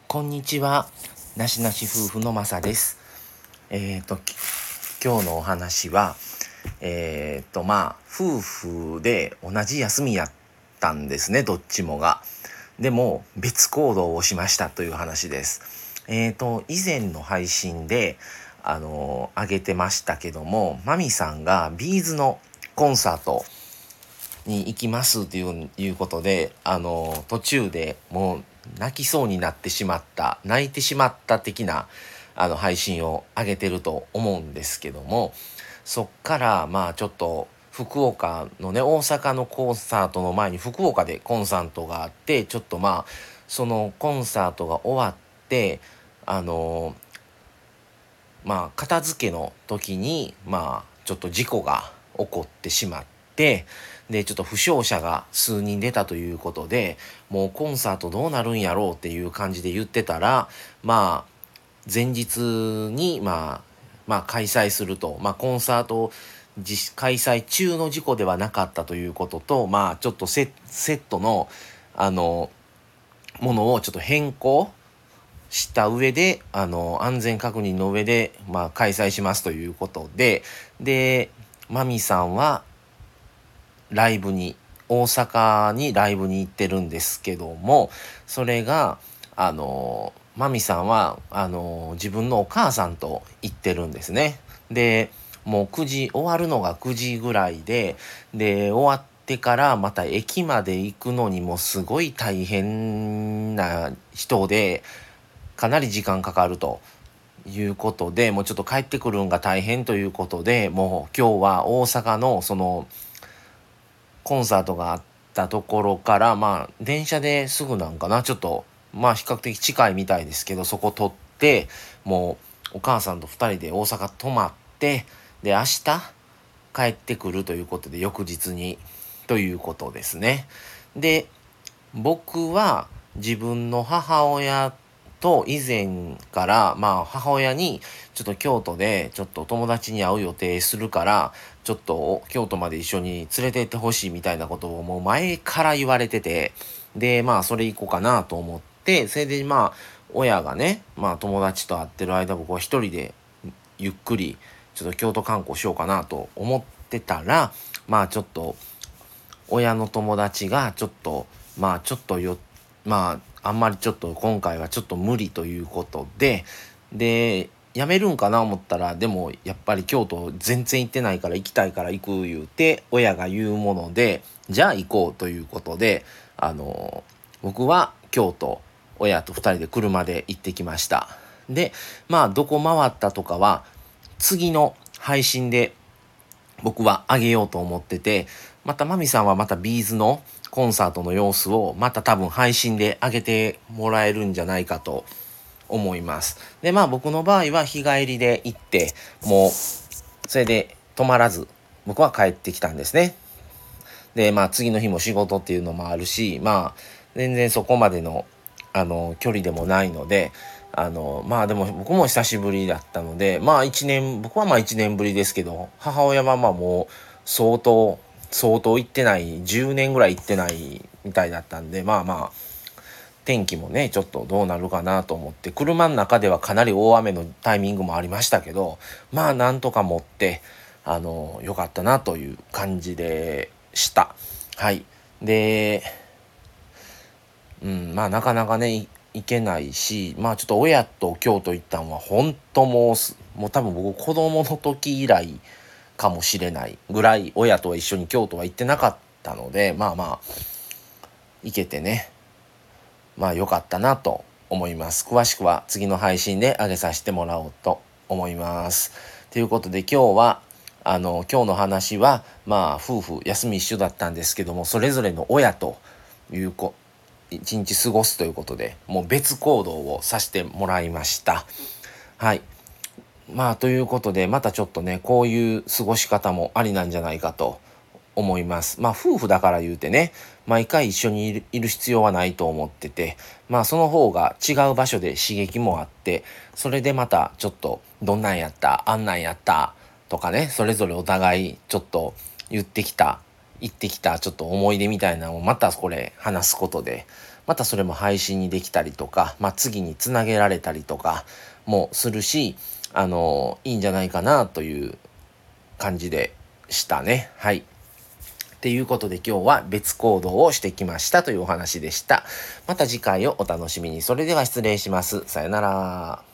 こんにちは。なしなし夫婦のまさです。今日のお話は、夫婦で同じ休みやったんですね、どっちもが。でも、別行動をしましたという話です。以前の配信で、あげてましたけども、マミさんがビーズのコンサートに行きますということで、途中でもう泣きそうになってしまった、泣いてしまった的な、配信を上げてると思うんですけども、そっから、ちょっと、福岡のね、大阪のコンサートの前に福岡でコンサートがあって、ちょっとそのコンサートが終わって、あの片付けの時に、ちょっと事故が起こってしまって、で、ちょっと負傷者が数人出たということで、もうコンサートどうなるんやろうっていう感じで言ってたら、前日に、開催すると、コンサート開催中の事故ではなかったということと、ちょっとセットの、ものをちょっと変更した上で、安全確認の上で、開催しますということで、マミさんはライブに、大阪にライブに行ってるんですけども、それが、マミさんは、自分のお母さんと行ってるんですね。で、もう終わるのが9時ぐらいで、終わってからまた駅まで行くのにもすごい大変な人で、かなり時間かかるということで、もうちょっと帰ってくるんが大変ということで、もう今日は大阪のそのコンサートがあったところから、電車ですぐなんかな、ちょっと、比較的近いみたいですけど、そこ取って、もうお母さんと2人で大阪泊まって、で、明日帰ってくるということで、翌日に、ということですね。で、僕は自分の母親と以前から、母親にちょっと京都でちょっと友達に会う予定するから、ちょっと京都まで一緒に連れて行ってほしいみたいなことをもう前から言われてて、で、それ行こうかなと思って、それで親がね、友達と会ってる間僕は一人でゆっくりちょっと京都観光しようかなと思ってたら、ちょっと親の友達がちょっと、ちょっとあんまりちょっと今回はちょっと無理ということで、辞めるんかな思ったら、でもやっぱり京都全然行ってないから行きたいから行く言うて、親が言うもので、じゃあ行こうということで、僕は京都、親と二人で車で行ってきました。で、どこ回ったとかは、次の配信で僕はあげようと思ってて、またマミさんはまたビーズのコンサートの様子をまた多分配信で上げてもらえるんじゃないかと思います。で、僕の場合は日帰りで行って、もうそれで泊まらず僕は帰ってきたんですね。で、次の日も仕事っていうのもあるし、全然そこまでの距離でもないので、でも僕も久しぶりだったので、僕は一年ぶりですけど、母親はもう相当行ってない、10年ぐらい行ってないみたいだったんで、天気もね、ちょっとどうなるかなと思って、車の中ではかなり大雨のタイミングもありましたけど、なんとか持って、良かったなという感じでした。はい。で、なかなかね、行けないし、ちょっと親と京都行ったんは、本当もう多分僕子供の時以来かもしれないぐらい、親とは一緒に京都は行ってなかったので、行けてね、良かったなと思います。詳しくは次の配信で上げさせてもらおうと思います。ということで今日は、今日の話は、夫婦休み一緒だったんですけども、それぞれの親という一日過ごすということで、もう別行動をさせてもらいました。はい。ということで、またちょっとね、こういう過ごし方もありなんじゃないかと思います。夫婦だから言うてね、毎回一緒にいる必要はないと思ってて、その方が違う場所で刺激もあって、それでまたちょっと、どんなんやった、あんなんやった、とかね、それぞれお互いちょっと言ってきた、ちょっと思い出みたいなのをまたこれ話すことで、 またそれも配信にできたりとか、次につなげられたりとかもするし、いいんじゃないかなという感じでしたね。はい。っていうことで今日は別行動をしてきましたというお話でした。また次回をお楽しみに。それでは失礼します。さよなら。